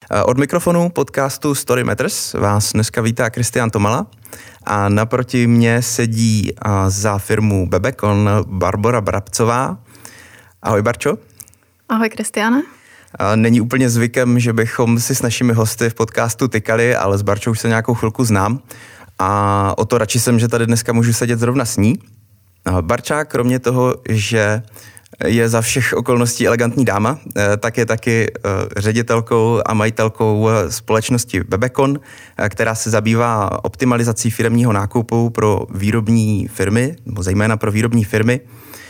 Od mikrofonu podcastu Story Matters vás dneska vítá Kristián Tomala a naproti mně sedí za firmu Bebecon Barbora Brabcová. Ahoj Barčo. Ahoj Kristiáne. Není úplně zvykem, že bychom si s našimi hosty v podcastu tykali, ale s Barčou už se nějakou chvilku znám a o to radši jsem, že tady dneska můžu sedět zrovna s ní. Barča, kromě toho, že je za všech okolností elegantní dáma, tak je taky ředitelkou a majitelkou společnosti Bebecon, která se zabývá optimalizací firemního nákupu pro výrobní firmy, nebo zejména pro výrobní firmy.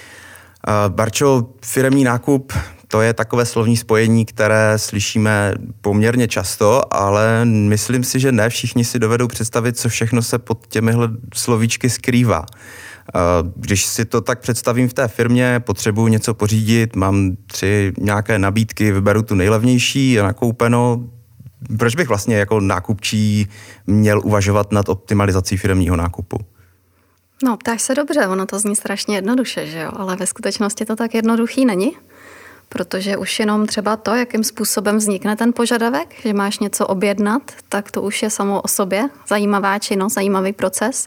Barčo, firemní nákup, to je takové slovní spojení, které slyšíme poměrně často, ale myslím si, že ne všichni si dovedou představit, co všechno se pod těmihle slovíčky skrývá. Když si to tak představím v té firmě, potřebuji něco pořídit, mám 3 nějaké nabídky, vyberu tu nejlevnější a nakoupeno. Proč bych vlastně jako nákupčí měl uvažovat nad optimalizací firemního nákupu? No, ptáš se dobře, ono to zní strašně jednoduše, že jo? Ale ve skutečnosti to tak jednoduchý není, protože už jenom třeba to, jakým způsobem vznikne ten požadavek, že máš něco objednat, tak to už je samo o sobě zajímavá činnost, zajímavý proces.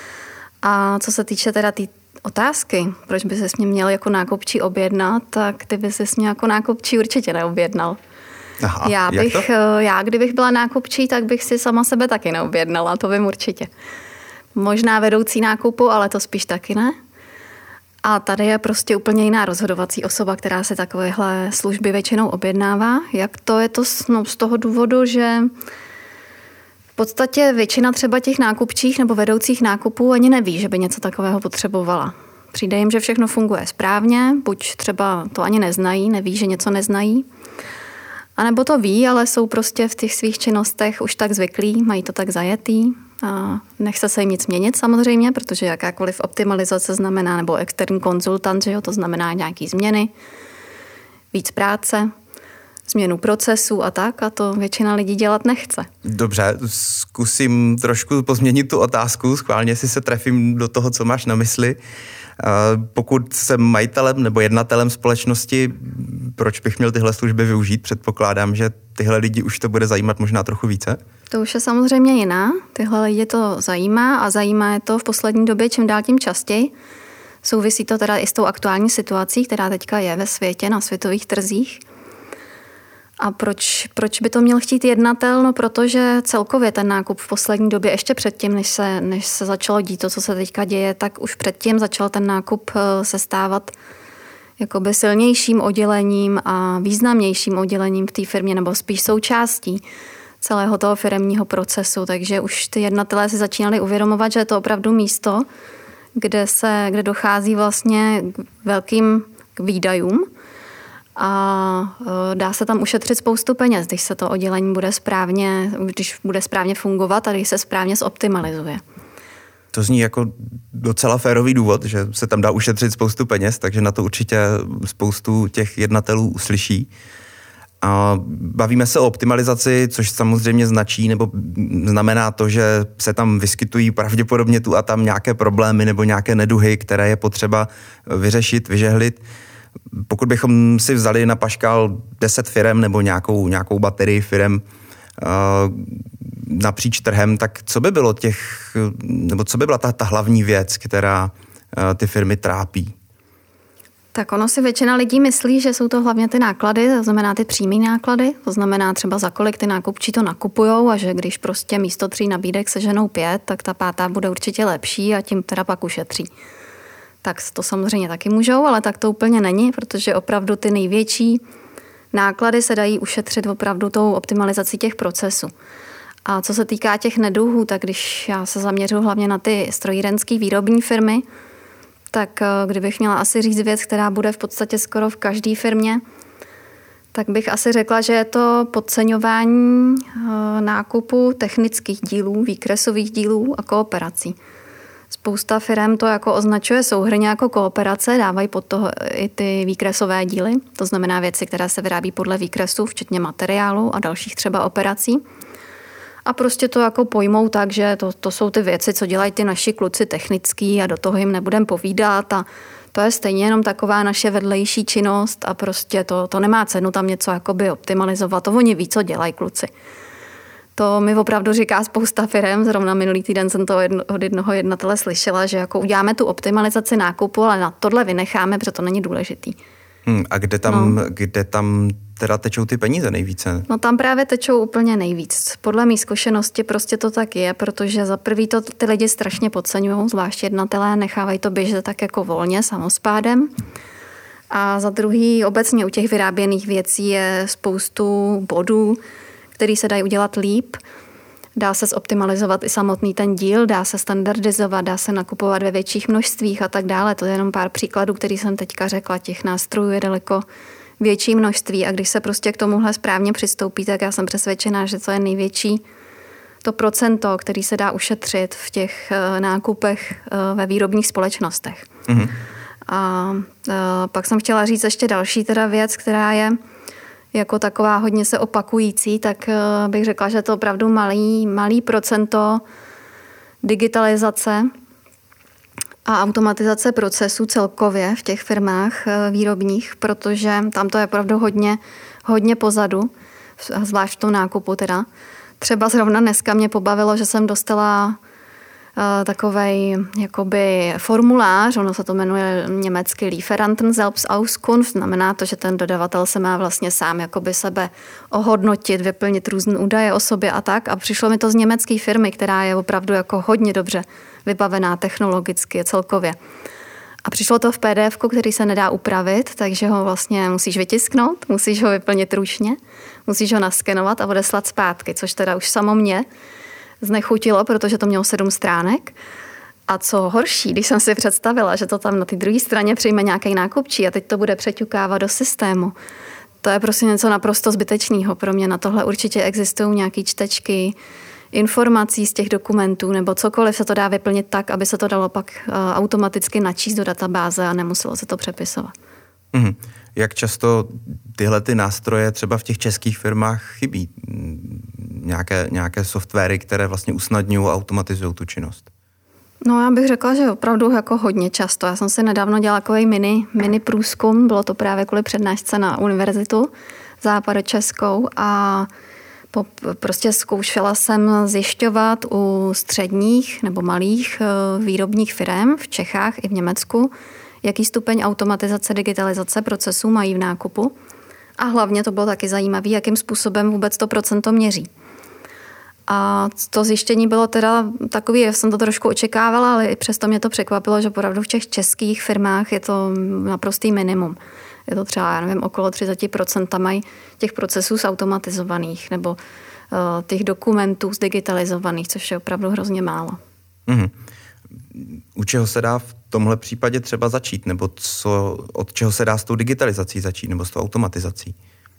A co se týče teda té otázky, proč by ses mě měl jako nákupčí objednat, tak ty by ses mě jako nákupčí určitě neobjednal. Aha, Já, kdybych byla nákupčí, tak bych si sama sebe taky neobjednala, to vím určitě. Možná vedoucí nákupu, ale to spíš taky ne. A tady je prostě úplně jiná rozhodovací osoba, která se takovéhle služby většinou objednává. Jak to je to? No, z toho důvodu, že v podstatě většina třeba těch nákupčích nebo vedoucích nákupů ani neví, že by něco takového potřebovala. Přijde jim, že všechno funguje správně, buď třeba to ani neznají, neví, že něco neznají, anebo to ví, ale jsou prostě v těch svých činnostech už tak zvyklí, mají to tak zajetý. A nechce se jim nic měnit samozřejmě, protože jakákoliv optimalizace znamená, nebo externí konzultant, že jo, to znamená nějaký změny, víc práce, změnu procesů a tak, a to většina lidí dělat nechce. Dobře, zkusím trošku pozměnit tu otázku, schválně si se trefím do toho, co máš na mysli. Pokud jsem majitelem nebo jednatelem společnosti, proč bych měl tyhle služby využít? Předpokládám, že tyhle lidi už to bude zajímat možná trochu více. To už je samozřejmě jiná. Tyhle lidi to zajímá a zajímá je to v poslední době čím dál tím častěji. Souvisí to teda i s tou aktuální situací, která teďka je ve světě, na světových trzích. A proč by to měl chtít jednatel? No, protože celkově ten nákup v poslední době, ještě předtím, než se začalo dít to, co se teďka děje, tak už předtím začal ten nákup se stávat jakoby silnějším oddělením a významnějším oddělením v té firmě, nebo spíš součástí celého toho firemního procesu. Takže už ty jednatelé si začínali uvědomovat, že je to opravdu místo, kde dochází vlastně k velkým výdajům, a dá se tam ušetřit spoustu peněz, když se to oddělení když bude správně fungovat a když se správně zoptimalizuje. To zní jako docela férový důvod, že se tam dá ušetřit spoustu peněz, takže na to určitě spoustu těch jednatelů uslyší. A bavíme se o optimalizaci, což samozřejmě znamená to, že se tam vyskytují pravděpodobně tu a tam nějaké problémy nebo nějaké neduhy, které je potřeba vyřešit, vyžehlit. Pokud bychom si vzali na paškal 10 firem nebo nějakou baterii firem napříč trhem, tak co by byla ta hlavní věc, která ty firmy trápí? Tak ono si většina lidí myslí, že jsou to hlavně ty náklady, to znamená ty přímý náklady, to znamená třeba za kolik ty nákupčí to nakupujou a že když prostě místo 3 nabídek seženou 5, tak ta 5. bude určitě lepší a tím teda pak ušetří. Tak to samozřejmě taky můžou, ale tak to úplně není, protože opravdu ty největší náklady se dají ušetřit opravdu tou optimalizací těch procesů. A co se týká těch neduhů, tak když já se zaměřuji hlavně na ty strojírenské výrobní firmy, tak kdybych měla asi říct věc, která bude v podstatě skoro v každé firmě, tak bych asi řekla, že je to podceňování nákupu technických dílů, výkresových dílů a kooperací. Spousta firem to jako označuje souhrnně jako kooperace, dávají pod toho i ty výkresové díly, to znamená věci, které se vyrábí podle výkresu, včetně materiálu a dalších třeba operací. A prostě to jako pojmou tak, že to jsou ty věci, co dělají ty naši kluci technický a do toho jim nebudem povídat a To je stejně jenom taková naše vedlejší činnost a prostě to nemá cenu tam něco jakoby optimalizovat. To oni ví, co dělají kluci. To mi opravdu říká spousta firem. Zrovna minulý týden jsem to od jednoho jednatele slyšela, že jako uděláme tu optimalizaci nákupu, ale na tohle vynecháme, protože to není důležitý. A kde tam teda tečou ty peníze nejvíce? No tam právě tečou úplně nejvíc. Podle mý zkušenosti prostě to tak je, protože za prvý to ty lidi strašně podceňují, zvlášť jednatelé, nechávají to běžet tak jako volně, samospádem. A za druhý obecně u těch vyráběných věcí je spoustu bodů, který se dají udělat líp. Dá se zoptimalizovat i samotný ten díl, dá se standardizovat, dá se nakupovat ve větších množstvích a tak dále. To je jenom pár příkladů, který jsem teďka řekla. Těch nástrojů je daleko větší množství a když se prostě k tomuhle správně přistoupí, tak já jsem přesvědčená, že to je největší to procento, který se dá ušetřit v těch nákupech ve výrobních společnostech. Mm-hmm. A pak jsem chtěla říct ještě další teda věc, která je jako taková hodně se opakující, tak bych řekla, že to je opravdu malý procento digitalizace a automatizace procesů celkově v těch firmách výrobních, protože tam to je opravdu hodně pozadu, zvlášť v tom nákupu teda. Třeba zrovna dneska mě pobavilo, že jsem dostala takovej jakoby formulář, ono se to jmenuje německy Lieferanten-Selbstauskunft, znamená to, že ten dodavatel se má vlastně sám jakoby sebe ohodnotit, vyplnit různé údaje o sobě a tak. A přišlo mi to z německé firmy, která je opravdu jako hodně dobře vybavená technologicky celkově. A přišlo to v PDF-ku, který se nedá upravit, takže ho vlastně musíš vytisknout, musíš ho vyplnit ručně, musíš ho naskenovat a odeslat zpátky, což teda už samo mě znechutilo, protože to mělo 7 stránek. A co horší, když jsem si představila, že to tam na té druhé straně přijme nějaký nákupčí a teď to bude přeťukávat do systému. To je prostě něco naprosto zbytečného pro mě. Na tohle určitě existují nějaké čtečky informací z těch dokumentů nebo cokoliv se to dá vyplnit tak, aby se to dalo pak automaticky načíst do databáze a nemuselo se to přepisovat. Mm. Jak často tyhle ty nástroje třeba v těch českých firmách chybí? Nějaké softwary, které vlastně usnadňují a automatizují tu činnost? No já bych řekla, že opravdu jako hodně často. Já jsem si nedávno dělala takový mini průzkum, bylo to právě kvůli přednášce na univerzitu západočeskou a prostě zkoušela jsem zjišťovat u středních nebo malých výrobních firem v Čechách i v Německu, jaký stupeň automatizace, digitalizace procesů mají v nákupu. A hlavně to bylo taky zajímavé, jakým způsobem vůbec to procento měří. A to zjištění bylo teda takový, já jsem to trošku očekávala, ale i přesto mě to překvapilo, že opravdu v těch českých firmách je to naprostý minimum. Je to třeba, já nevím, okolo 30% mají těch procesů zautomatizovaných nebo těch dokumentů zdigitalizovaných, což je opravdu hrozně málo. Mm-hmm. U čeho se dá v tomhle případě třeba začít? Nebo od čeho se dá s tou digitalizací začít? Nebo s tou automatizací?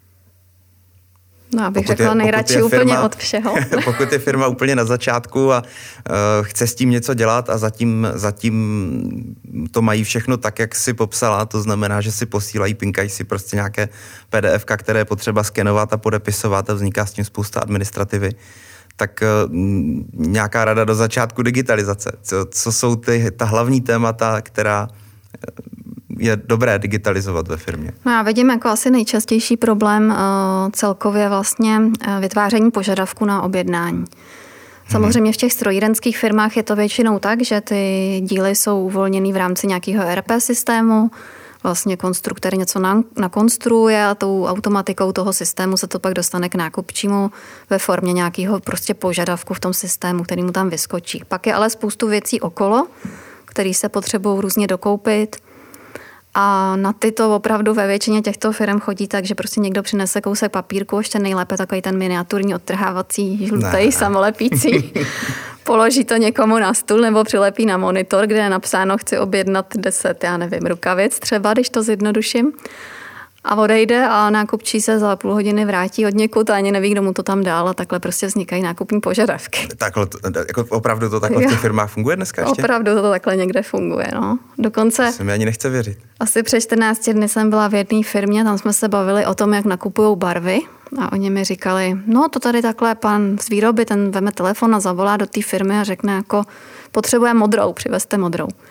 No, abych řekla nejradši úplně od všeho. Pokud je firma úplně na začátku a chce s tím něco dělat a zatím to mají všechno tak, jak si popsala, to znamená, že si posílají, pinkají si prostě nějaké PDF-ka, které je potřeba skenovat a podepisovat a vzniká s tím spousta administrativy, tak nějaká rada do začátku digitalizace. Co jsou ta hlavní témata, která je dobré digitalizovat ve firmě? No já vidím jako asi nejčastější problém celkově vlastně vytváření požadavku na objednání. Samozřejmě v těch strojírenských firmách je to většinou tak, že ty díly jsou uvolněný v rámci nějakého ERP systému, vlastně konstruktor něco nakonstruuje a tou automatikou toho systému se to pak dostane k nákupčímu ve formě nějakého prostě požadavku v tom systému, který mu tam vyskočí. Pak je ale spoustu věcí okolo, které se potřebují různě dokoupit. A na tyto opravdu ve většině těchto firm chodí tak, že prostě někdo přinese kousek papírku, ještě nejlépe takový ten miniaturní odtrhávací žlutej samolepící. Položí to někomu na stůl nebo přilepí na monitor, kde je napsáno, chci objednat 10, já nevím, rukavic třeba, když to zjednoduším. A odejde a nákupčí se za půl hodiny vrátí od někud a ani neví, kdo mu to tam dál a takhle prostě vznikají nákupní požadavky. Takhle, jako opravdu to takhle v těch firmách funguje dneska ještě? Opravdu to takhle někde funguje, no. Dokonce... To se mi ani nechce věřit. Asi před 14 dny jsem byla v jedné firmě, tam jsme se bavili o tom, jak nakupujou barvy a oni mi říkali, no to tady takhle pan z výroby, ten veme telefon a zavolá do té firmy a řekne jako, potřebuje modrou, přivezte modrou.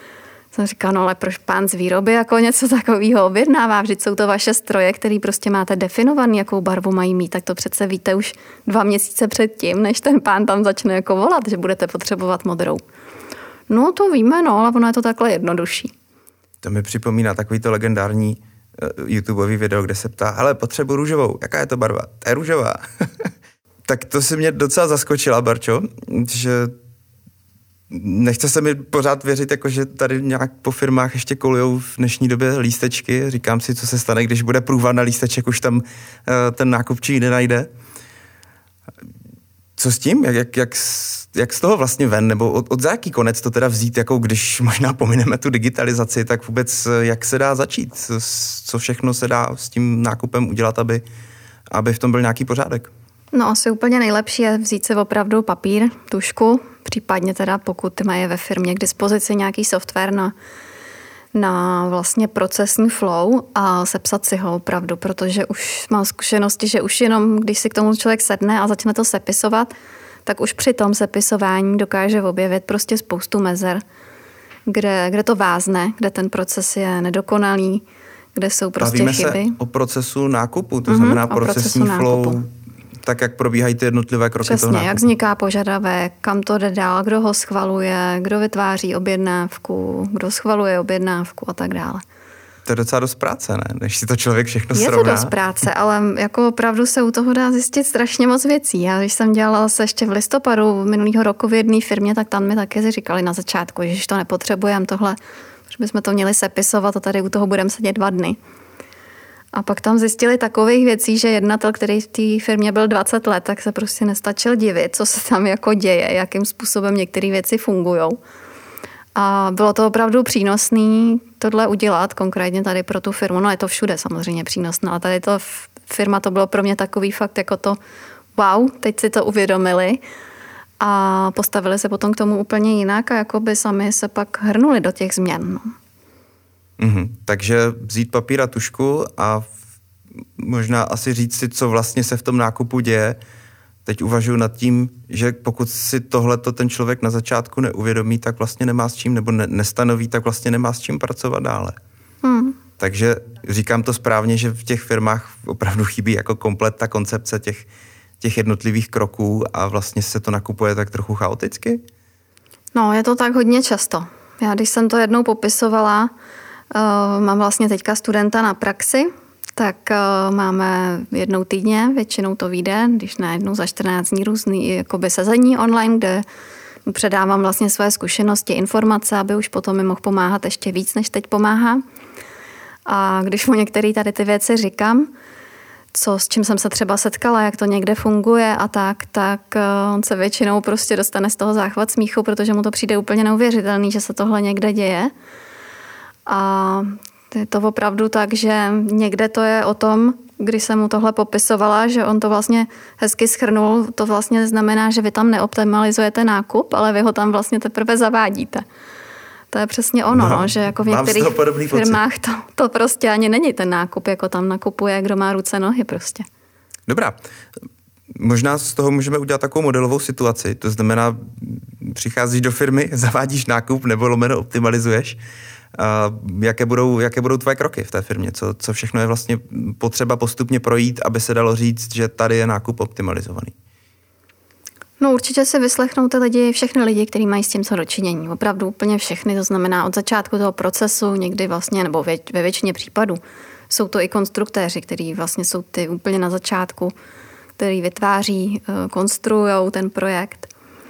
Jsem říkala, no ale proč pán z výroby jako něco takového objednává? Vždyť jsou to vaše stroje, který prostě máte definovaný, jakou barvu mají mít, tak to přece víte už 2 měsíce předtím, než ten pán tam začne jako volat, že budete potřebovat modrou. No to víme, no, ale ono je to takhle jednodušší. To mi připomíná takovýto legendární YouTubeový video, kde se ptá, hele, potřebuji růžovou, jaká je to barva? To je růžová. Tak to si mě docela zaskočila, Barčo, že nechce se mi pořád věřit, jako že tady nějak po firmách ještě kolujou v dnešní době lístečky. Říkám si, co se stane, když bude průvad na lísteček, už tam ten nákupčí nenajde. Co s tím? Jak z toho vlastně ven? Nebo od za jaký konec to teda vzít, jako když možná pomineme tu digitalizaci, tak vůbec jak se dá začít? Co všechno se dá s tím nákupem udělat, aby v tom byl nějaký pořádek? No asi úplně nejlepší je vzít si opravdu papír, tužku, případně teda pokud mají ve firmě k dispozici nějaký software na vlastně procesní flow a sepsat si ho opravdu, protože už mám zkušenosti, že už jenom, když si k tomu člověk sedne a začne to sepisovat, tak už při tom sepisování dokáže objevit prostě spoustu mezer, kde to vázne, kde ten proces je nedokonalý, kde jsou prostě Bavíme chyby. Se o procesu nákupu, to znamená procesní flow, tak jak probíhají ty jednotlivé kroky Přesně, toho nákupu. Jak vzniká požadavek, kam to jde dál, kdo ho schvaluje, kdo vytváří objednávku, kdo schvaluje objednávku a tak dále. To je docela dost práce, ne? Než si to člověk všechno srovná. Je to dost práce, ale jako opravdu se u toho dá zjistit strašně moc věcí. Já když jsem dělala se ještě v listopadu minulého roku v jedné firmě, tak tam mi taky říkali na začátku, že to nepotřebujeme tohle, že bychom to měli sepisovat a tady u toho budeme sedět 2 dny. A pak tam zjistili takových věcí, že jednatel, který v té firmě byl 20 let, tak se prostě nestačil divit, co se tam jako děje, jakým způsobem některé věci fungujou. A bylo to opravdu přínosné tohle udělat, konkrétně tady pro tu firmu. No je to všude samozřejmě přínosné, ale tady to firma, to bylo pro mě takový fakt jako to wow, teď si to uvědomili a postavili se potom k tomu úplně jinak a jako by sami se pak hrnuli do těch změn. No. Takže vzít papír a tužku a možná asi říct si, co vlastně se v tom nákupu děje. Teď uvažuji nad tím, že pokud si tohleto ten člověk na začátku neuvědomí, tak vlastně nemá s čím, nebo nestanoví, tak vlastně nemá s čím pracovat dále. Takže říkám to správně, že v těch firmách opravdu chybí jako komplet ta koncepce těch jednotlivých kroků a vlastně se to nakupuje tak trochu chaoticky? No, je to tak hodně často. Já když jsem to jednou popisovala, mám vlastně teďka studenta na praxi, tak máme jednou týdně, většinou to vyjde, když ne jednou za 14 dní různý jakoby sezení online, kde předávám vlastně své zkušenosti, informace, aby už potom mi mohl pomáhat ještě víc, než teď pomáhá. A když mu některé tady ty věci říkám, s čím jsem se třeba setkala, jak to někde funguje a tak on se většinou prostě dostane z toho záchvat smíchu, protože mu to přijde úplně neuvěřitelný, že se tohle někde děje. A je to opravdu tak, že někde to je o tom, když jsem mu tohle popisovala, že on to vlastně hezky shrnul, to vlastně znamená, že vy tam neoptimalizujete nákup, ale vy ho tam vlastně teprve zavádíte. To je přesně ono, no, že jako v některých firmách to prostě ani není ten nákup, jako tam nakupuje, kdo má ruce, nohy prostě. Dobrá. Možná z toho můžeme udělat takovou modelovou situaci. To znamená, přicházíš do firmy, zavádíš nákup nebo lomeno optimalizuješ. Jaké budou tvoje kroky v té firmě? Co všechno je vlastně potřeba postupně projít, aby se dalo říct, že tady je nákup optimalizovaný? No určitě si vyslechnou všechny lidi, kteří mají s tím co dočinění. Opravdu úplně všechny, to znamená od začátku toho procesu, někdy vlastně, nebo ve většině případů, jsou to i konstruktéři, kteří vlastně jsou ty úplně na začátku, který vytváří, konstruujou ten projekt.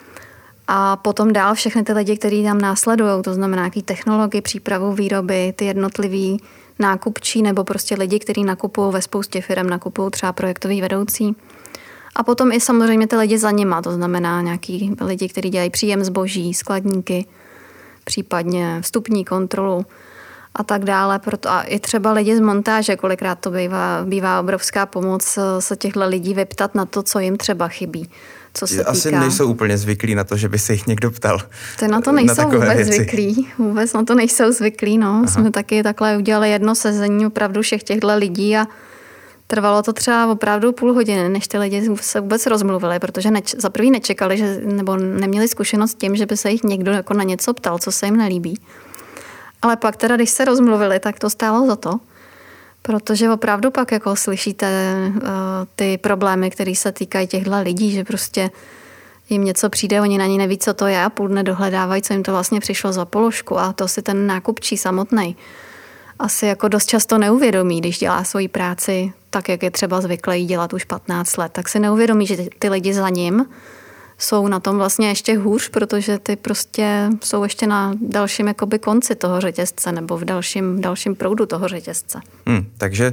A potom dál všechny ty lidi, kteří tam následují, to znamená nějaký technologii, přípravu výroby, ty jednotliví nákupčí nebo prostě lidi, kteří nakupují ve spoustě firm, nakupují třeba projektový vedoucí. A potom i samozřejmě ty lidi za nima, to znamená nějaký lidi, kteří dělají příjem zboží, skladníky, případně vstupní kontrolu a tak dále. A i třeba lidi z montáže, kolikrát to bývá obrovská pomoc se těchto lidí vyptat na to, co jim třeba chybí. Co se asi týká. Nejsou úplně zvyklí na to, že by se jich někdo ptal. Ty na to nejsou vůbec zvyklí. Vůbec na to nejsou zvyklí. No. Jsme taky takhle udělali jedno sezení opravdu všech těchto lidí a trvalo to třeba opravdu půl hodiny, než ty lidi se vůbec rozmluvili, protože za prvý nečekali, nebo neměli zkušenost s tím, že by se jich někdo jako na něco ptal, co se jim nelíbí. Ale pak teda, když se rozmluvili, tak to stálo za to, protože opravdu pak jako slyšíte ty problémy, které se týkají těchto lidí, že prostě jim něco přijde, oni na ní neví, co to je a půl dne dohledávají, co jim to vlastně přišlo za položku a to si ten nákupčí samotnej asi jako dost často neuvědomí, když dělá svoji práci tak, jak je třeba zvyklý dělat už 15 let, tak si neuvědomí, že ty lidi za ním jsou na tom vlastně ještě hůř, protože ty prostě jsou ještě na dalším jakoby konci toho řetězce nebo v dalším proudu toho řetězce. Takže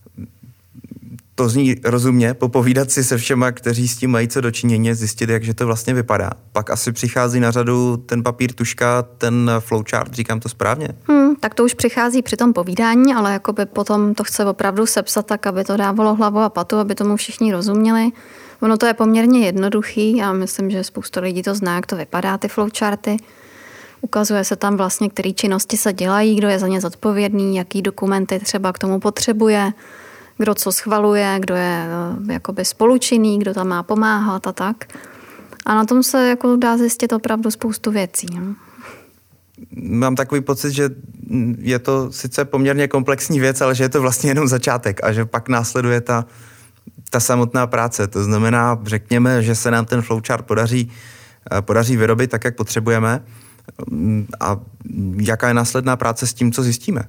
to zní rozumně, popovídat si se všema, kteří s tím mají co dočinění, zjistit, jakže to vlastně vypadá. Pak asi přichází na řadu ten papír, tužka, ten flowchart, říkám to správně? Tak to už přichází při tom povídání, ale jakoby potom to chce opravdu sepsat tak, aby to dávalo hlavu a patu, aby tomu všichni rozuměli. Ono to je poměrně jednoduchý, já myslím, že spousta lidí to zná, jak to vypadá, ty flowcharty. Ukazuje se tam vlastně, které činnosti se dělají, kdo je za ně zodpovědný, jaký dokumenty třeba k tomu potřebuje, kdo co schvaluje, kdo je jakoby spolučinný, kdo tam má pomáhat a tak. A na tom se jako dá zjistit opravdu spoustu věcí. Mám takový pocit, že je to sice poměrně komplexní věc, ale že je to vlastně jenom začátek a že pak následuje ta samotná práce. To znamená, řekněme, že se nám ten flowchart podaří vyrobit tak, jak potřebujeme. A jaká je následná práce s tím, co zjistíme?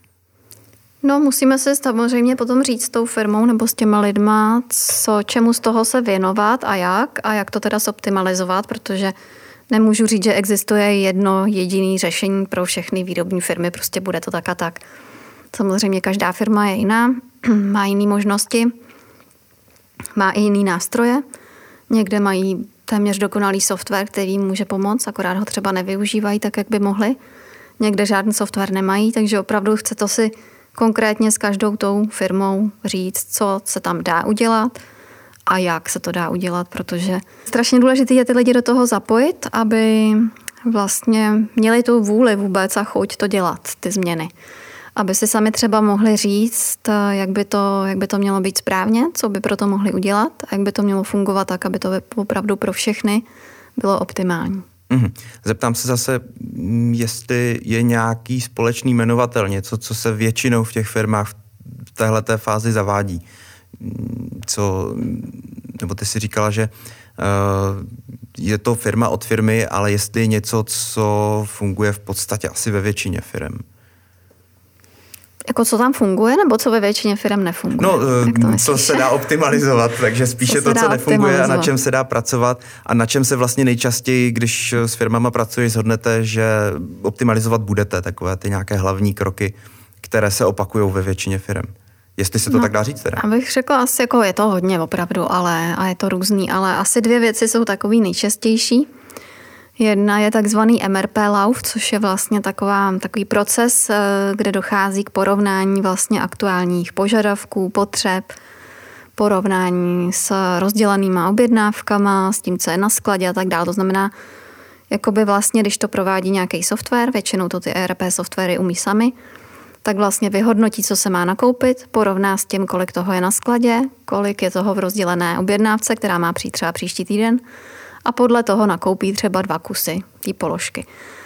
No, musíme si samozřejmě potom říct s tou firmou nebo s těma lidma, čemu z toho se věnovat a jak to teda zoptimalizovat, protože nemůžu říct, že existuje jedno jediné řešení pro všechny výrobní firmy, prostě bude to tak a tak. Samozřejmě každá firma je jiná, má jiné možnosti, má i jiný nástroje. Někde mají téměř dokonalý software, který může pomoct, akorát ho třeba nevyužívají tak, jak by mohli. Někde žádný software nemají, takže opravdu chce to si konkrétně s každou tou firmou říct, co se tam dá udělat a jak se to dá udělat, protože strašně důležité je ty lidi do toho zapojit, aby vlastně měli tu vůli vůbec a chuť to dělat, ty změny. Aby si sami třeba mohli říct, jak by to mělo být správně, co by pro to mohli udělat a jak by to mělo fungovat tak, aby to opravdu pro všechny bylo optimální. Zeptám se zase, jestli je nějaký společný jmenovatel, něco, co se většinou v těch firmách v téhleté fázi zavádí. Nebo ty si říkala, že je to firma od firmy, ale jestli je něco, co funguje v podstatě asi ve většině firm. Jako co tam funguje, nebo co ve většině firm nefunguje? No, co se dá optimalizovat, takže spíše to, co nefunguje a na čem se dá pracovat a na čem se vlastně nejčastěji, když s firmama pracuješ, shodnete, že optimalizovat budete, takové ty nějaké hlavní kroky, které se opakují ve většině firm. Jestli se to tak dá říct teda? Abych řekla, asi jako je to hodně opravdu, a je to různý, ale asi 2 věci jsou takový nejčastější. Jedna je takzvaný MRP Lauf, což je vlastně takový proces, kde dochází k porovnání vlastně aktuálních požadavků, potřeb, porovnání s rozdělanýma objednávkama, s tím, co je na skladě a tak dále. To znamená, jakoby vlastně, když to provádí nějaký software, většinou to ty ERP softwary umí sami, tak vlastně vyhodnotí, co se má nakoupit, porovná s tím, kolik toho je na skladě, kolik je toho v rozdělené objednávce, která má přijít třeba příští týden, a podle toho nakoupí třeba 2 kusy té položky.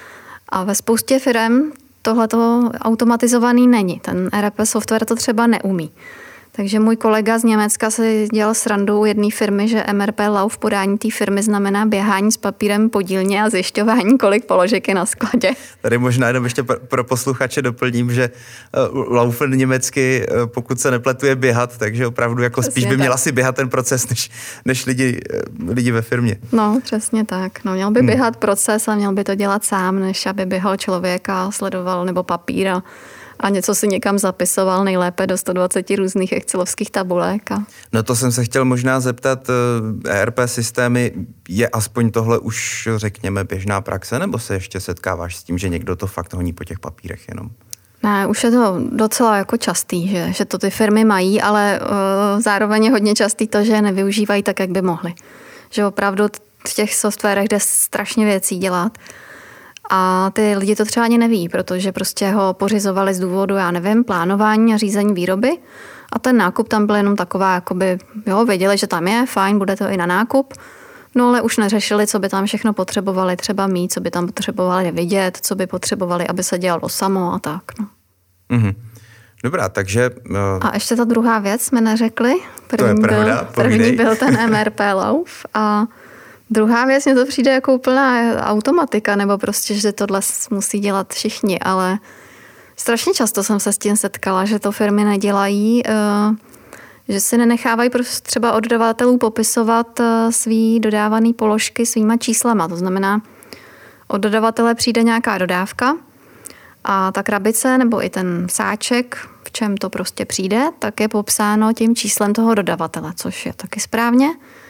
A ve spoustě firem tohleto automatizovaný není. Ten ERP software to třeba neumí. Takže můj kolega z Německa si dělal srandu u jedné firmy, že MRP Lauf v podání té firmy znamená běhání s papírem po dílně a zjišťování, kolik položek je na skladě. Tady možná jenom ještě pro posluchače doplním, že Laufen německy, pokud se nepletu, je běhat, takže opravdu jako spíš by měl asi běhat ten proces, než lidi ve firmě. No, přesně tak. No, měl by běhat proces a měl by to dělat sám, než aby běhal člověk a sledoval nebo papír a něco si někam zapisoval, nejlépe do 120 různých excelovských tabulek. No to jsem se chtěl možná zeptat, ERP systémy, je aspoň tohle už, řekněme, běžná praxe, nebo se ještě setkáváš s tím, že někdo to fakt honí po těch papírech jenom? Ne, už je to docela jako častý, že to ty firmy mají, ale zároveň je hodně častý to, že nevyužívají tak, jak by mohli. Že opravdu v těch softwarech jde strašně věcí dělat. A ty lidi to třeba ani neví, protože prostě ho pořizovali z důvodu, já nevím, plánování a řízení výroby. A ten nákup tam byl jenom taková, jakoby, jo, věděli, že tam je, fajn, bude to i na nákup. No ale už neřešili, co by tam všechno potřebovali třeba mít, co by tam potřebovali vidět, co by potřebovali, aby se dělalo samo a tak. No. Mm-hmm. Dobrá, takže... A ještě ta druhá věc jsme neřekli. To je pravda, první byl ten MRP Lauf a druhá věc, mně to přijde jako úplná automatika, nebo prostě, že tohle musí dělat všichni, ale strašně často jsem se s tím setkala, že to firmy nedělají, že si nenechávají třeba od dodavatelů popisovat svý dodávaný položky svýma číslama. To znamená, od dodavatele přijde nějaká dodávka a ta krabice nebo i ten sáček, v čem to prostě přijde, tak je popsáno tím číslem toho dodavatele, což je taky správně.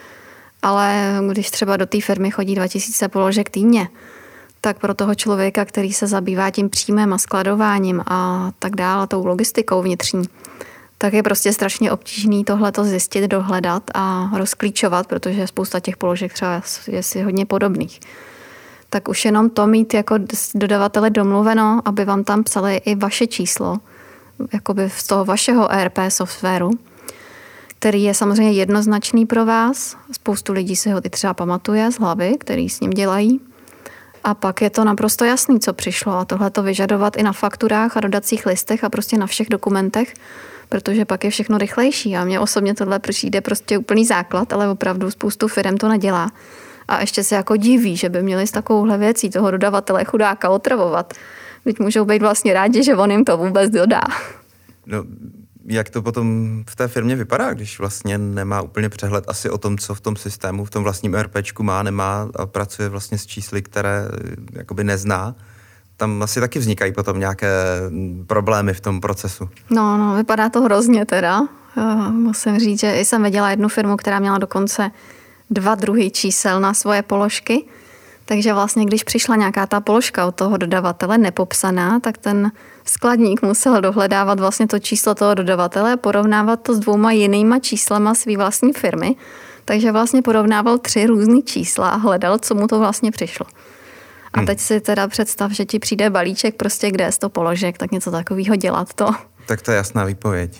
Ale když třeba do té firmy chodí 2000 položek týdně, tak pro toho člověka, který se zabývá tím příjmem a skladováním a tak dále, tou logistikou vnitřní, tak je prostě strašně obtížný tohleto zjistit, dohledat a rozklíčovat, protože spousta těch položek třeba je si hodně podobných. Tak už jenom to mít jako dodavatele domluveno, aby vám tam psali i vaše číslo, jakoby z toho vašeho ERP softwaru, který je samozřejmě jednoznačný pro vás. Spoustu lidí si ho i třeba pamatuje z hlavy, který s ním dělají. A pak je to naprosto jasný, co přišlo. A tohle to vyžadovat i na fakturách a dodacích listech a prostě na všech dokumentech, protože pak je všechno rychlejší. A mně osobně tohle přijde prostě úplný základ, ale opravdu spoustu firem to nedělá. A ještě se jako diví, že by měli s takovouhle věcí toho dodavatele chudáka otravovat. Teď můžou být vlastně rádi, že on jim to vůbec dodá. No, jak to potom v té firmě vypadá, když vlastně nemá úplně přehled asi o tom, co v tom systému, v tom vlastním ERPčku nemá a pracuje vlastně s čísly, které jakoby nezná. Tam asi taky vznikají potom nějaké problémy v tom procesu. No, vypadá to hrozně teda. Musím říct, že jsem viděla jednu firmu, která měla dokonce 2 druhy čísel na svoje položky. Takže vlastně, když přišla nějaká ta položka od toho dodavatele nepopsaná, tak ten skladník musel dohledávat vlastně to číslo toho dodavatele a porovnávat to s 2 jinýma číslama své vlastní firmy. Takže vlastně porovnával 3 různý čísla a hledal, co mu to vlastně přišlo. A teď si teda představ, že ti přijde balíček prostě, kde je 100 položek, tak něco takového dělat to. Tak to je jasná výpověď.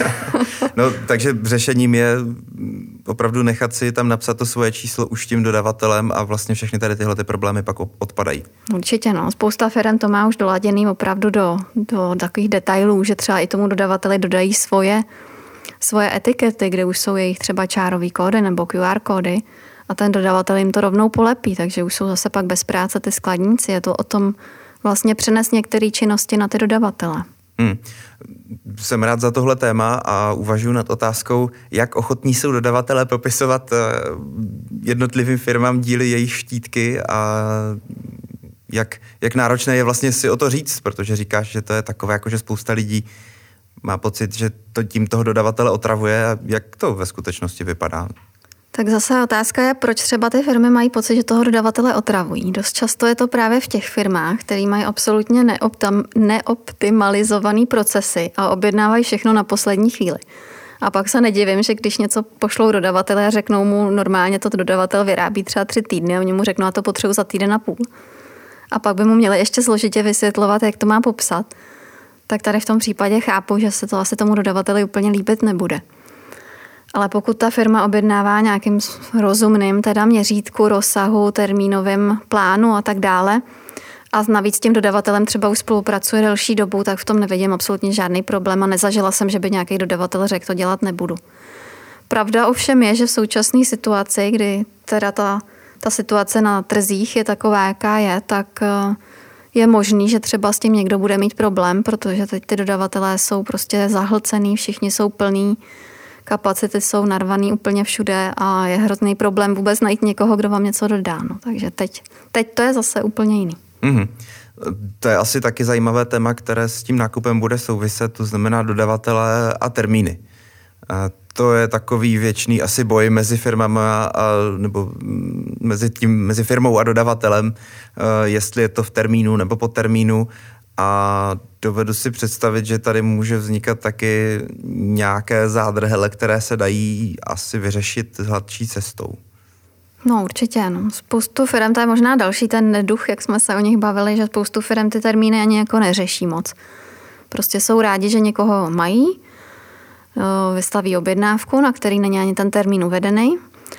No, takže řešením je opravdu nechat si tam napsat to svoje číslo už tím dodavatelem a vlastně všechny tady tyhle ty problémy pak odpadají. Určitě, no. Spousta firem to má už doladěný opravdu do takových detailů, že třeba i tomu dodavateli dodají svoje etikety, kde už jsou jejich třeba čárový kódy nebo QR kódy a ten dodavatel jim to rovnou polepí, takže už jsou zase pak bez práce ty skladníci. Je to o tom vlastně přenést některé činnosti na ty dodavatele. Jsem rád za tohle téma a uvažuji nad otázkou, jak ochotní jsou dodavatelé popisovat jednotlivým firmám díly jejich štítky a jak náročné je vlastně si o to říct, protože říkáš, že to je takové, jako že spousta lidí má pocit, že to tím toho dodavatele otravuje a jak to ve skutečnosti vypadá. Tak zase otázka je, proč třeba ty firmy mají pocit, že toho dodavatele otravují. Dost často je to právě v těch firmách, které mají absolutně neoptimalizované procesy a objednávají všechno na poslední chvíli. A pak se nedivím, že když něco pošlou dodavatele a řeknou mu, normálně to dodavatel vyrábí třeba 3 týdny a oni mu řeknou, a to potřebuji za 1,5 týdne. A pak by mu měli ještě složitě vysvětlovat, jak to má popsat. Tak tady v tom případě chápu, že se to asi tomu dodavateli úplně líbit nebude. Ale pokud ta firma objednává nějakým rozumným teda měřítku, rozsahu, termínovém plánu a tak dále a navíc s tím dodavatelem třeba už spolupracuje delší dobu, tak v tom nevidím absolutně žádný problém a nezažila jsem, že by nějaký dodavatel řekl, to dělat nebudu. Pravda ovšem je, že v současné situaci, kdy teda ta situace na trzích je taková, jaká je, tak je možný, že třeba s tím někdo bude mít problém, protože teď ty dodavatelé jsou prostě zahlcený, všichni jsou plní, kapacity jsou narvaný úplně všude a je hrozný problém vůbec najít někoho, kdo vám něco dodá. No, takže teď to je zase úplně jiný. Mm-hmm. To je asi taky zajímavé téma, které s tím nákupem bude souviset, to znamená dodavatele a termíny. A to je takový věčný asi boj mezi firmama nebo mezi firmou a dodavatelem, jestli je to v termínu nebo po termínu. A dovedu si představit, že tady může vznikat taky nějaké zádrhele, které se dají asi vyřešit hladší cestou. No určitě, no. Spoustu firem, to je možná další ten neduch, jak jsme se o nich bavili, že spoustu firem ty termíny ani jako neřeší moc. Prostě jsou rádi, že někoho mají, vystaví objednávku, na který není ani ten termín uvedený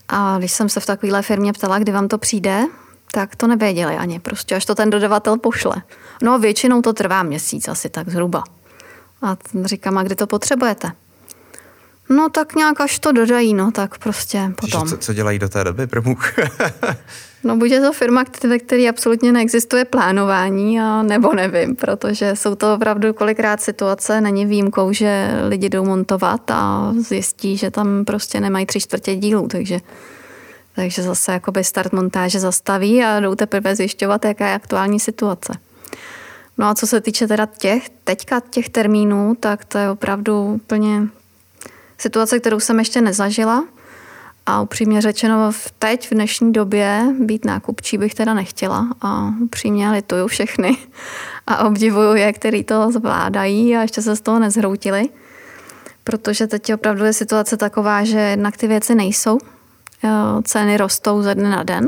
A když jsem se v takovéhle firmě ptala, kdy vám to přijde, tak to nevěděli ani, prostě až to ten dodavatel pošle. No většinou to trvá měsíc asi tak zhruba. A říkám, a kdy to potřebujete? No tak nějak až to dodají, no tak prostě potom. Co dělají do té doby, Promuk? No buď je to firma, ve které absolutně neexistuje plánování, a nebo nevím, protože jsou to opravdu kolikrát situace, není výjimkou, že lidi jdou montovat a zjistí, že tam prostě nemají 3/4 dílů, takže zase jakoby start montáže zastaví a jdou teprve zjišťovat, jaká je aktuální situace. No a co se týče teda těch termínů, tak to je opravdu úplně situace, kterou jsem ještě nezažila. A upřímně řečeno, teď v dnešní době být nákupčí bych teda nechtěla. A upřímně lituju všechny a obdivuju je, který to zvládají a ještě se z toho nezhroutili. Protože teď opravdu je situace taková, že jednak ty věci nejsou. Ceny rostou ze dne na den.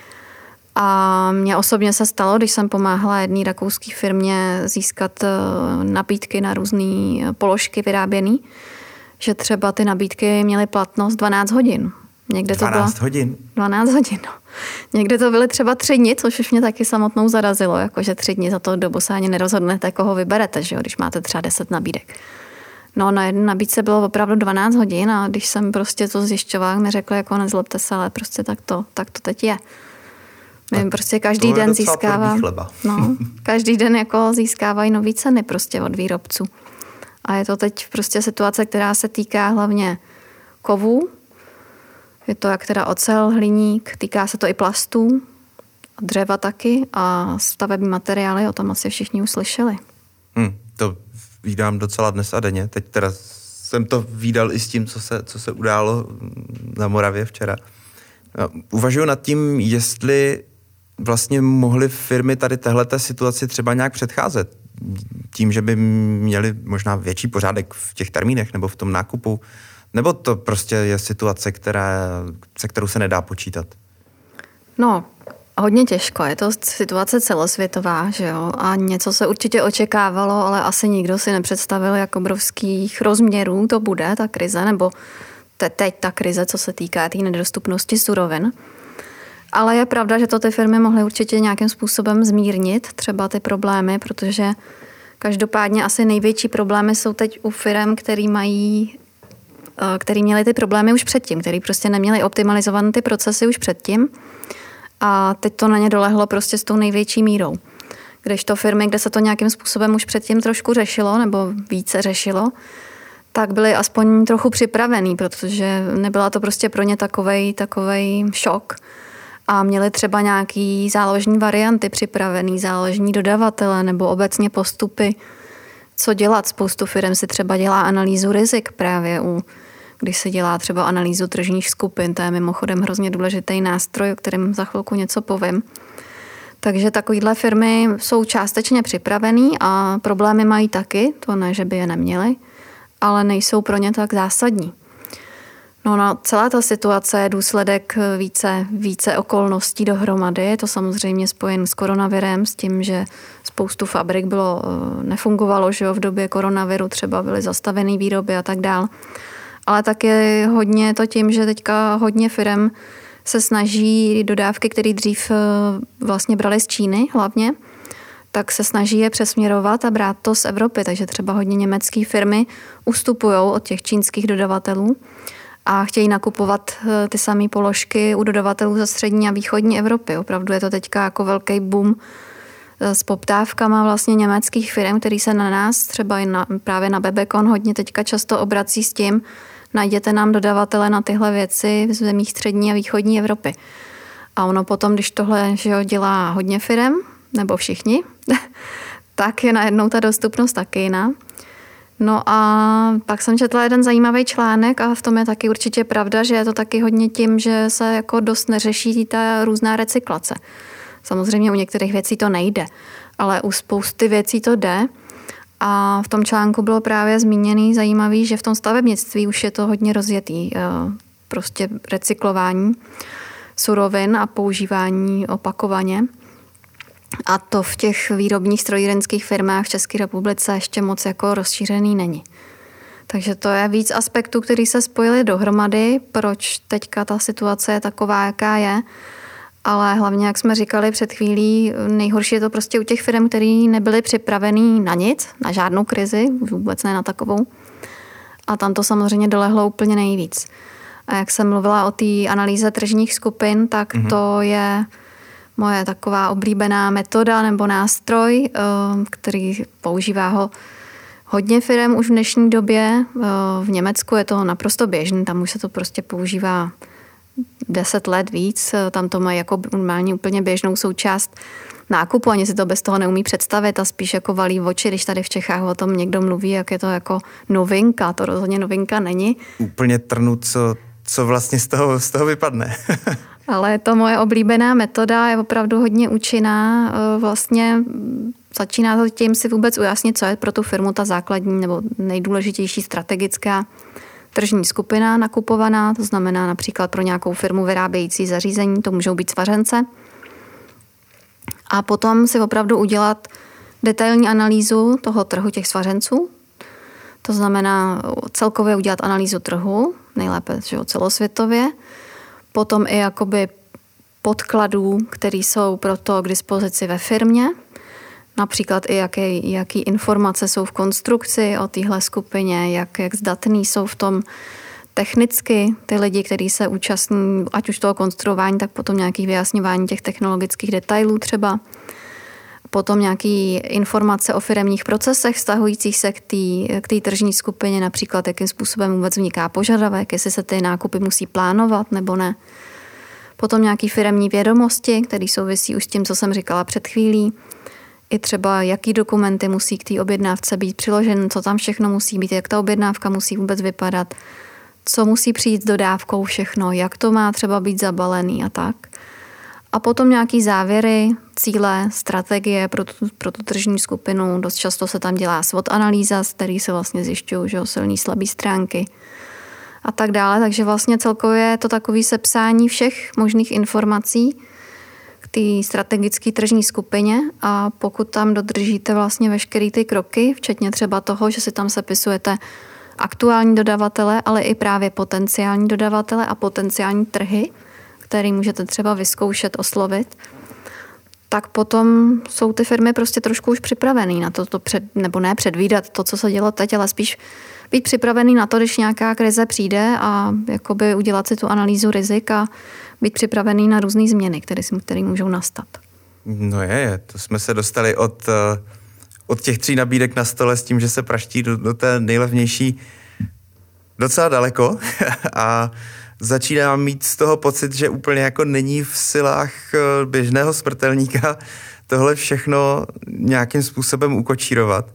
A mně osobně se stalo, když jsem pomáhala jedné rakouské firmě získat nabídky na různé položky vyráběné, že třeba ty nabídky měly platnost 12 hodin. Někde 12 hodin? 12 hodin, no. Někde to byly třeba 3 dny, což už mě taky samotnou zarazilo, jakože 3 dny za to dobu se ani nerozhodnete, koho vyberete, že jo, když máte třeba 10 nabídek. No na jedné nabídce bylo opravdu 12 hodin a když jsem prostě to zjišťovala, mi řekli, jako nezlobte se, ale prostě tak to teď je. My prostě každý den každý den jako získávají nový ceny prostě od výrobců. A je to teď prostě situace, která se týká hlavně kovů. Je to jak teda ocel, hliník, týká se to i plastů, dřeva taky a stavební materiály, o tom asi všichni už slyšeli. To vídám docela dnes a denně. Teď teda jsem to vídal i s tím, co se událo na Moravě včera. Uvažuji nad tím, jestli vlastně mohly firmy tady téhleté situaci třeba nějak předcházet. Tím, že by měli možná větší pořádek v těch termínech nebo v tom nákupu. Nebo to prostě je situace, se kterou se nedá počítat? No, hodně těžko. Je to situace celosvětová, že jo? A něco se určitě očekávalo, ale asi nikdo si nepředstavil, jak obrovských rozměrů to bude, ta krize, nebo teď ta krize, co se týká té nedostupnosti surovin. Ale je pravda, že to ty firmy mohly určitě nějakým způsobem zmírnit, třeba ty problémy, protože každopádně asi největší problémy jsou teď u firm, který měli ty problémy už předtím, který prostě neměli optimalizované ty procesy už předtím a teď to na ně dolehlo prostě s tou největší mírou. Kdežto firmy, kde se to nějakým způsobem už předtím trošku řešilo nebo více řešilo, tak byli aspoň trochu připravený, protože nebyla to prostě pro ně takovej šok. A měli třeba nějaký záložní varianty připravený, záložní dodavatele nebo obecně postupy, co dělat. Spoustu firm si třeba dělá analýzu rizik právě když se dělá třeba analýzu tržních skupin. To je mimochodem hrozně důležitý nástroj, o kterém za chvilku něco povím. Takže takovýhle firmy jsou částečně připravený a problémy mají taky, to ne, že by je neměly, ale nejsou pro ně tak zásadní. No, celá ta situace je důsledek více okolností dohromady. Je to samozřejmě spojen s koronavirem, s tím, že spoustu fabrik nefungovalo, že jo, v době koronaviru třeba byly zastavené výroby a tak dál. Ale tak je hodně to tím, že teďka hodně firem se snaží dodávky, které dřív vlastně brali z Číny hlavně, tak se snaží je přesměrovat a brát to z Evropy. Takže třeba hodně německé firmy ustupují od těch čínských dodavatelů a chtějí nakupovat ty samé položky u dodavatelů ze střední a východní Evropy. Opravdu je to teďka jako velký boom s poptávkama vlastně německých firm, který se na nás, třeba i právě na Bebecon, hodně teďka často obrací s tím, najděte nám dodavatele na tyhle věci v zemích střední a východní Evropy. A ono potom, když tohle dělá hodně firm, nebo všichni, tak je najednou ta dostupnost taky jiná. No a pak jsem četla jeden zajímavý článek a v tom je taky určitě pravda, že je to taky hodně tím, že se jako dost neřeší ta různá recyklace. Samozřejmě u některých věcí to nejde, ale u spousty věcí to jde. A v tom článku bylo právě zmíněný zajímavý, že v tom stavebnictví už je to hodně rozjetý. Prostě recyklování surovin a používání opakovaně. A to v těch výrobních strojírenských firmách v České republice ještě moc jako rozšířený není. Takže to je víc aspektů, které se spojily dohromady, proč teďka ta situace je taková, jaká je. Ale hlavně, jak jsme říkali před chvílí, nejhorší je to prostě u těch firm, které nebyly připravený na nic, na žádnou krizi, už vůbec ne na takovou. A tam to samozřejmě dolehlo úplně nejvíc. A jak jsem mluvila o té analýze tržních skupin, tak to je moje taková oblíbená metoda nebo nástroj, který používá ho hodně firm už v dnešní době. V Německu je to naprosto běžné, tam už se to prostě používá 10 let víc, tam to mají jako normálně úplně běžnou součást nákupu, ani si to bez toho neumí představit a spíš jako valí v oči, když tady v Čechách o tom někdo mluví, jak je to jako novinka, to rozhodně novinka není. Úplně trnu, co vlastně z toho vypadne. Ale to moje oblíbená metoda je opravdu hodně účinná. Vlastně začíná to tím si vůbec ujasnit, co je pro tu firmu ta základní nebo nejdůležitější strategická tržní skupina nakupovaná, to znamená například pro nějakou firmu vyrábějící zařízení, to můžou být svařence. A potom si opravdu udělat detailní analýzu toho trhu těch svařenců. To znamená celkově udělat analýzu trhu, nejlépe celosvětově. Potom i jakoby podkladů, které jsou pro to k dispozici ve firmě. Například i jaký informace jsou v konstrukci o téhle skupině, jak zdatní jsou v tom technicky ty lidi, kteří se účastní, ať už toho konstruování, tak potom nějakých vyjasňování těch technologických detailů třeba. Potom nějaké informace o firemních procesech vztahujících se k té tržní skupině, například jakým způsobem vůbec vzniká požadavek, jestli se ty nákupy musí plánovat nebo ne. Potom nějaké firemní vědomosti, které souvisí už s tím, co jsem říkala před chvílí. I třeba, jaký dokumenty musí k té objednávce být přiložen, co tam všechno musí být, jak ta objednávka musí vůbec vypadat, co musí přijít s dodávkou všechno, jak to má třeba být zabalený a tak. A potom nějaký závěry, cíle, strategie pro tu tržní skupinu. Dost často se tam dělá SWOT analýza, z který se vlastně zjišťují, že silný, slabý stránky a tak dále. Takže vlastně celkově je to takový sepsání všech možných informací k té strategické tržní skupině a pokud tam dodržíte vlastně veškeré ty kroky, včetně třeba toho, že si tam sepisujete aktuální dodavatele, ale i právě potenciální dodavatele a potenciální trhy, který můžete třeba vyzkoušet, oslovit, tak potom jsou ty firmy prostě trošku už připravený na to nebo ne předvídat to, co se dělo teď, ale spíš být připravený na to, když nějaká krize přijde a jakoby udělat si tu analýzu rizik a být připravený na různé změny, které můžou nastat. No to jsme se dostali od těch 3 nabídek na stole s tím, že se praští do té nejlevnější docela daleko a začínám mít z toho pocit, že úplně jako není v silách běžného smrtelníka tohle všechno nějakým způsobem ukočírovat.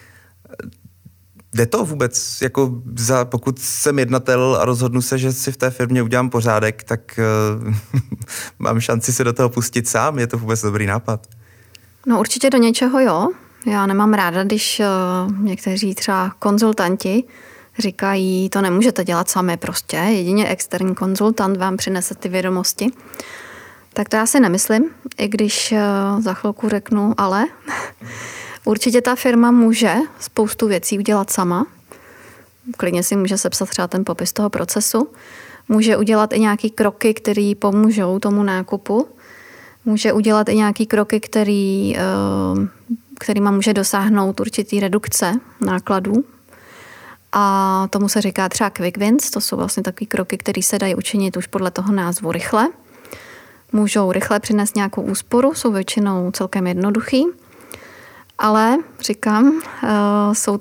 Jde to vůbec, jako pokud jsem jednatel a rozhodnu se, že si v té firmě udělám pořádek, tak mám šanci se do toho pustit sám? Je to vůbec dobrý nápad? No určitě do něčeho jo. Já nemám ráda, když někteří třeba konzultanti říkají, to nemůžete dělat sami prostě, jedině externí konzultant vám přinese ty vědomosti. Tak to já si nemyslím, i když za chvilku řeknu, ale určitě ta firma může spoustu věcí udělat sama. Klidně si může sepsat třeba ten popis toho procesu. Může udělat i nějaké kroky, které pomůžou tomu nákupu. Může udělat i nějaké kroky, kterýma může dosáhnout určitý redukce nákladů. A tomu se říká třeba quick wins, to jsou vlastně takové kroky, které se dají učinit už podle toho názvu rychle. Můžou rychle přinést nějakou úsporu, jsou většinou celkem jednoduchý, ale říkám, jsou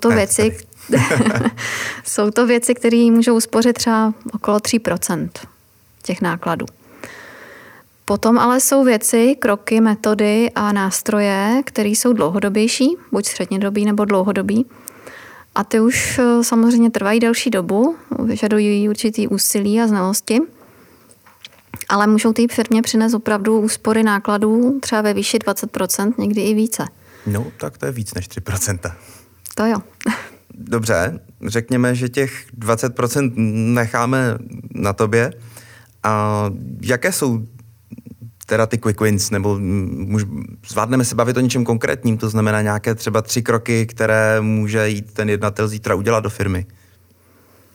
to věci, které můžou uspořit třeba okolo 3% těch nákladů. Potom ale jsou věci, kroky, metody a nástroje, které jsou dlouhodobější, buď střednědobý nebo dlouhodobý. A ty už samozřejmě trvají delší dobu, vyžadují určitý úsilí a znalosti, ale můžou té firmě přinést opravdu úspory nákladů třeba ve výši 20%, někdy i více. No, tak to je víc než 3%. To jo. Dobře, řekněme, že těch 20% necháme na tobě. A jaké jsou teda ty quick wins, nebo zvládneme se bavit o něčem konkrétním, to znamená nějaké třeba 3 kroky, které může jít ten jednatel zítra udělat do firmy?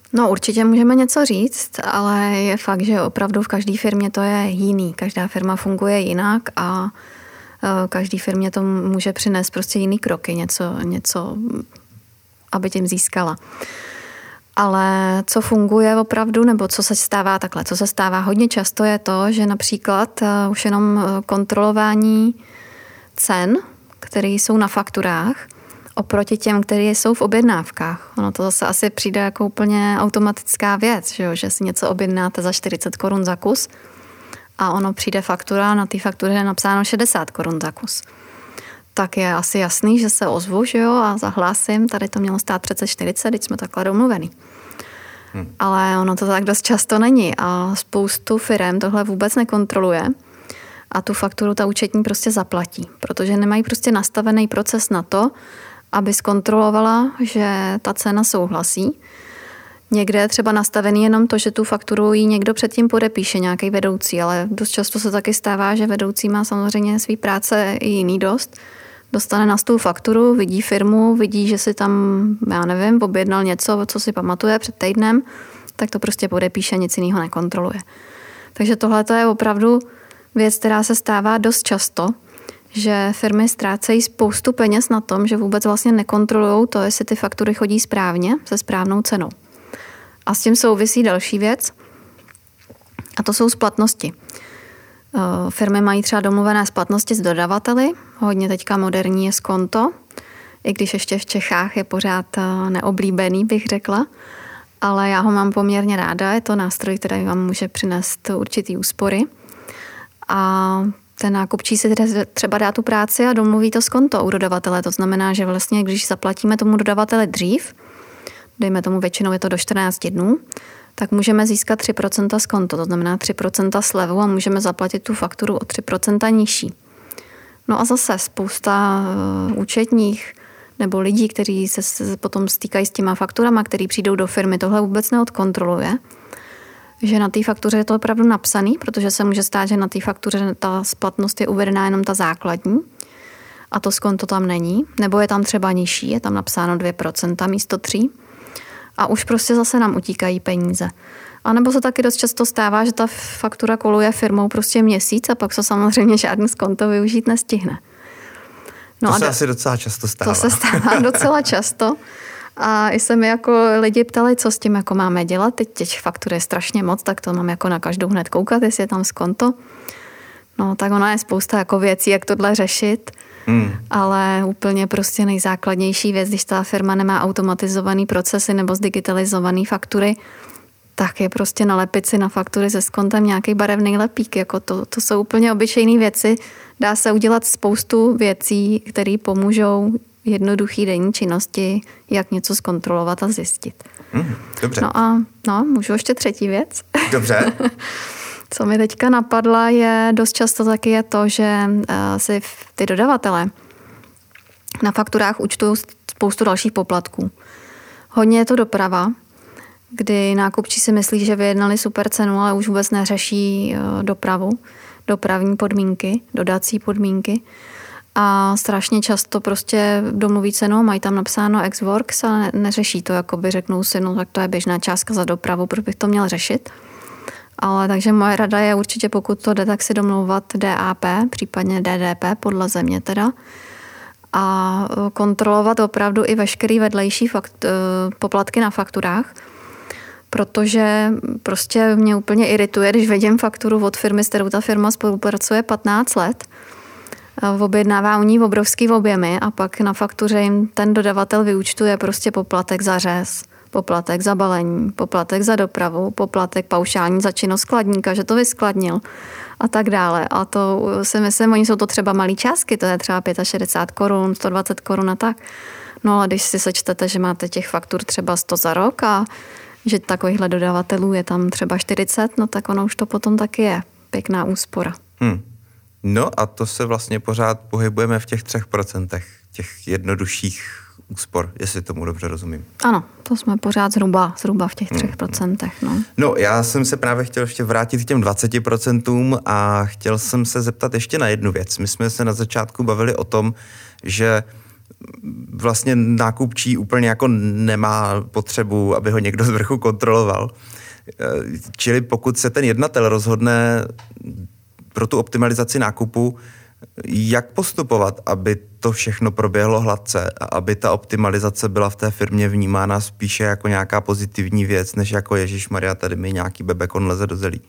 No určitě můžeme něco říct, ale je fakt, že opravdu v každé firmě to je jiný. Každá firma funguje jinak a každý firmě to může přinést prostě jiný kroky, něco, aby tím získala. Ale co funguje opravdu, nebo co se stává takhle, co se stává hodně často je to, že například už jenom kontrolování cen, které jsou na fakturách, oproti těm, které jsou v objednávkách. Ono to zase asi přijde jako úplně automatická věc, že si něco objednáte za 40 korun za kus a ono přijde faktura, na té faktuře je napsáno 60 korun za kus. Tak je asi jasný, že se ozvu, že jo, a zahlásím, tady to mělo stát přece 40, teď jsme takhle domluvený. Ale ono to tak dost často není a spoustu firem tohle vůbec nekontroluje a tu fakturu ta účetní prostě zaplatí, protože nemají prostě nastavený proces na to, aby zkontrolovala, že ta cena souhlasí. Někde je třeba nastavený jenom to, že tu fakturu jí někdo předtím podepíše, nějaký vedoucí, ale dost často se taky stává, že vedoucí má samozřejmě svý práce i jiný dost. Dostane na stůl fakturu, vidí firmu, vidí, že si tam, já nevím, objednal něco, co si pamatuje před týdnem, tak to prostě podepíše, nic jiného nekontroluje. Takže tohle je opravdu věc, která se stává dost často, že firmy ztrácejí spoustu peněz na tom, že vůbec vlastně nekontrolují to, jestli ty faktury chodí správně, se správnou cenou. A s tím souvisí další věc, a to jsou splatnosti. Firmy mají třeba domluvené splatnosti s dodavateli, hodně teďka moderní je skonto, i když ještě v Čechách je pořád neoblíbený, bych řekla, ale já ho mám poměrně ráda, je to nástroj, který vám může přinést určitý úspory. A ten nákupčí si třeba dá tu práci a domluví to skonto u dodavatele. To znamená, že vlastně, když zaplatíme tomu dodavateli dřív, dejme tomu většinou je to do 14 dnů, tak můžeme získat 3% skonto, to znamená 3% slevu a můžeme zaplatit tu fakturu o 3% nižší. No a zase spousta účetních nebo lidí, kteří se potom stýkají s těma fakturama, který přijdou do firmy, tohle vůbec neodkontroluje, že na té faktuře je to opravdu napsaný, protože se může stát, že na té faktuře ta splatnost je uvedená jenom ta základní a to skonto tam není, nebo je tam třeba nižší, je tam napsáno 2% místo 3%. A už prostě zase nám utíkají peníze. A nebo se taky dost často stává, že ta faktura koluje firmou prostě měsíc a pak se samozřejmě žádný skonto využít nestihne. No to se asi docela často stává. To se stává docela často. A i se mi jako lidi ptali, co s tím jako máme dělat. Teď těch faktur je strašně moc, tak to mám jako na každou hned koukat, jestli je tam skonto. No tak ona je spousta jako věcí, jak tohle řešit. Ale úplně prostě nejzákladnější věc, když ta firma nemá automatizovaný procesy nebo zdigitalizovaný faktury, tak je prostě nalepit si na faktury se skontem nějaký barevný lepík. Jako to jsou úplně obyčejné věci. Dá se udělat spoustu věcí, které pomůžou jednoduchý denní činnosti, jak něco zkontrolovat a zjistit. Dobře. No, můžu ještě třetí věc. Dobře. Co mi teďka napadla, je dost často taky je to, že si ty dodavatele na fakturách účtují spoustu dalších poplatků. Hodně je to doprava, kdy nákupčí si myslí, že vyjednali super cenu, ale už vůbec neřeší dopravu, dopravní podmínky, dodací podmínky. A strašně často prostě domluví cenu, mají tam napsáno ex-works, ale neřeší to, jakoby řeknou si, no tak to je běžná částka za dopravu, proč bych to měl řešit. Ale takže moje rada je určitě, pokud to jde, tak si domlouvat DAP, případně DDP, podle země teda. A kontrolovat opravdu i veškerý vedlejší poplatky na fakturách, protože prostě mě úplně irituje, když vidím fakturu od firmy, s kterou ta firma spolupracuje 15 let, objednává u ní obrovský objemy a pak na faktuře jim ten dodavatel vyúčtuje prostě poplatek za řez, poplatek za balení, poplatek za dopravu, poplatek paušální za činnost skladníka, že to vyskladnil a tak dále. A to si myslím, oni jsou to třeba malý částky, to je třeba 65 korun, 120 korun a tak. No ale když si sečtete, že máte těch faktur třeba 100 za rok a že takovýchhle dodavatelů je tam třeba 40, no tak ono už to potom taky je pěkná úspora. No a to se vlastně pořád pohybujeme v těch 3%, těch jednodušších úspor, jestli tomu dobře rozumím. Ano, to jsme pořád zhruba v těch 3%. No, já jsem se právě chtěl ještě vrátit k těm 20% a chtěl jsem se zeptat ještě na jednu věc. My jsme se na začátku bavili o tom, že vlastně nákupčí úplně jako nemá potřebu, aby ho někdo z vrchu kontroloval. Čili pokud se ten jednatel rozhodne pro tu optimalizaci nákupu, jak postupovat, aby to všechno proběhlo hladce a aby ta optimalizace byla v té firmě vnímána spíše jako nějaká pozitivní věc, než jako ježišmarja, tady mi nějaký bebekon leze do zelí.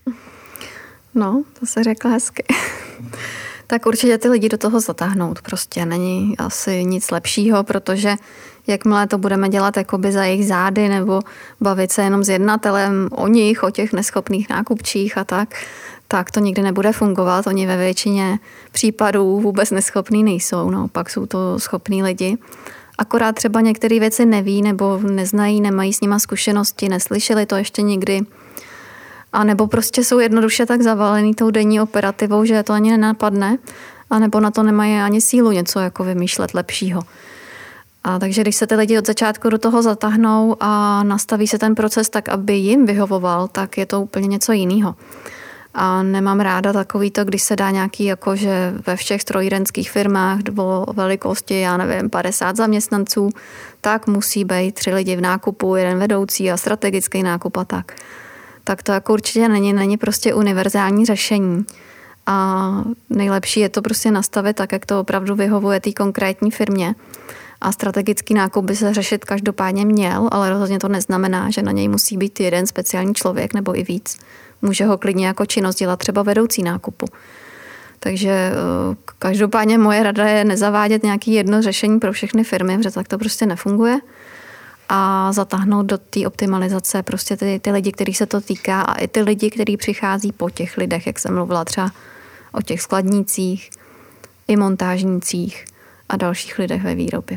No, to se řekla hezky. Tak určitě ty lidi do toho zatáhnout. Prostě není asi nic lepšího, protože jakmile to budeme dělat jakoby za jejich zády nebo bavit se jenom s jednatelem o nich, o těch neschopných nákupčích a tak to nikdy nebude fungovat. Oni ve většině případů vůbec neschopní nejsou. No, pak jsou to schopní lidi. Akorát třeba některé věci neví nebo neznají, nemají s nima zkušenosti, neslyšeli to ještě nikdy. A nebo prostě jsou jednoduše tak zavalený tou denní operativou, že to ani nenapadne, a nebo na to nemají ani sílu něco jako vymýšlet lepšího. A takže když se ty lidi od začátku do toho zatáhnou a nastaví se ten proces tak, aby jim vyhovoval, tak je to úplně něco jiného. A nemám ráda takový to, když se dá nějaký, jakože ve všech strojírenských firmách o velikosti, já nevím, 50 zaměstnanců, tak musí být 3 lidi v nákupu, 1 vedoucí a strategický nákup a tak. Tak to jako určitě není prostě univerzální řešení. A nejlepší je to prostě nastavit tak, jak to opravdu vyhovuje té konkrétní firmě. A strategický nákup by se řešit každopádně měl, ale rozhodně to neznamená, že na něj musí být jeden speciální člověk nebo i víc. Může ho klidně jako činnost dělat třeba vedoucí nákupu. Takže každopádně moje rada je nezavádět nějaký jedno řešení pro všechny firmy, protože tak to prostě nefunguje. A zatáhnout do té optimalizace prostě ty lidi, kterých se to týká, a i ty lidi, kteří přichází po těch lidech, jak jsem mluvila třeba o těch skladnících, i montážnících a dalších lidech ve výrobě.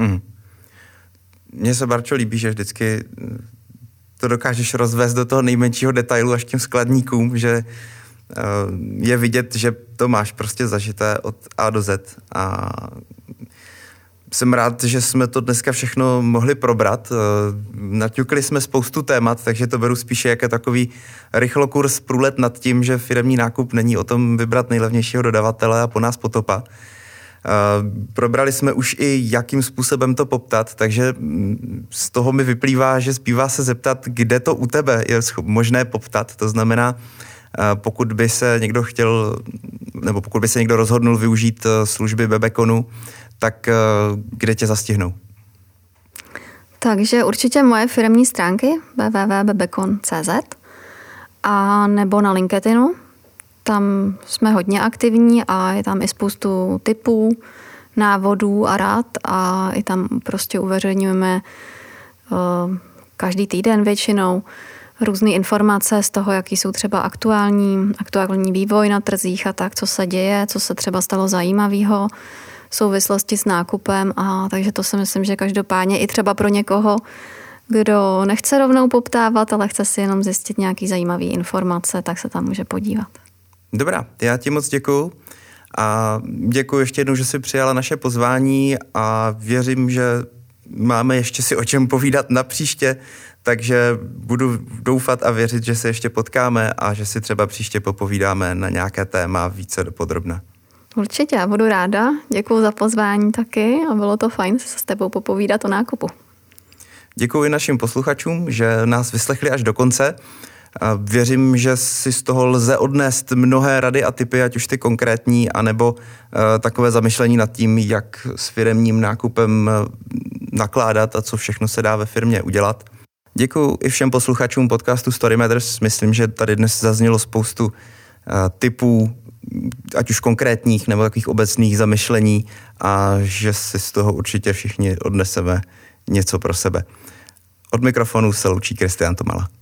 Mně se, Barčo, líbí, že vždycky to dokážeš rozvést do toho nejmenšího detailu až k těm skladníkům, že je vidět, že to máš prostě zažité od A do Z. A jsem rád, že jsme to dneska všechno mohli probrat. Naťukli jsme spoustu témat, takže to beru spíše jako takový rychlokurs průlet nad tím, že firemní nákup není o tom vybrat nejlevnějšího dodavatele a po nás potopa. Probrali jsme už i jakým způsobem to poptat, takže z toho mi vyplývá, že zbývá se zeptat, kde to u tebe je možné poptat. To znamená, pokud by se někdo chtěl, nebo pokud by se někdo rozhodnul využít služby Bebekonu, tak kde tě zastihnou? Takže určitě moje firemní stránky www.bebekon.cz a nebo na LinkedInu. Tam jsme hodně aktivní a je tam i spoustu tipů, návodů a rád a i tam prostě uveřejňujeme každý týden většinou různé informace z toho, jaký jsou třeba aktuální vývoj na trzích a tak, co se děje, co se třeba stalo zajímavého v souvislosti s nákupem, a takže to si myslím, že každopádně i třeba pro někoho, kdo nechce rovnou poptávat, ale chce si jenom zjistit nějaký zajímavý informace, tak se tam může podívat. Dobrá, já ti moc děkuju a děkuji ještě jednou, že jsi přijala naše pozvání a věřím, že máme ještě si o čem povídat na příště, takže budu doufat a věřit, že se ještě potkáme a že si třeba příště popovídáme na nějaké téma více dopodrobna. Určitě, já budu ráda. Děkuji za pozvání taky a bylo to fajn se s tebou popovídat o nákupu. Děkuji našim posluchačům, že nás vyslechli až do konce. Věřím, že si z toho lze odnést mnohé rady a tipy, ať už ty konkrétní, anebo takové zamyšlení nad tím, jak s firemním nákupem nakládat a co všechno se dá ve firmě udělat. Děkuji i všem posluchačům podcastu Story Matters. Myslím, že tady dnes zaznělo spoustu tipů, ať už konkrétních nebo takových obecných zamyšlení, a že si z toho určitě všichni odneseme něco pro sebe. Od mikrofonu se loučí Kristián Tomala.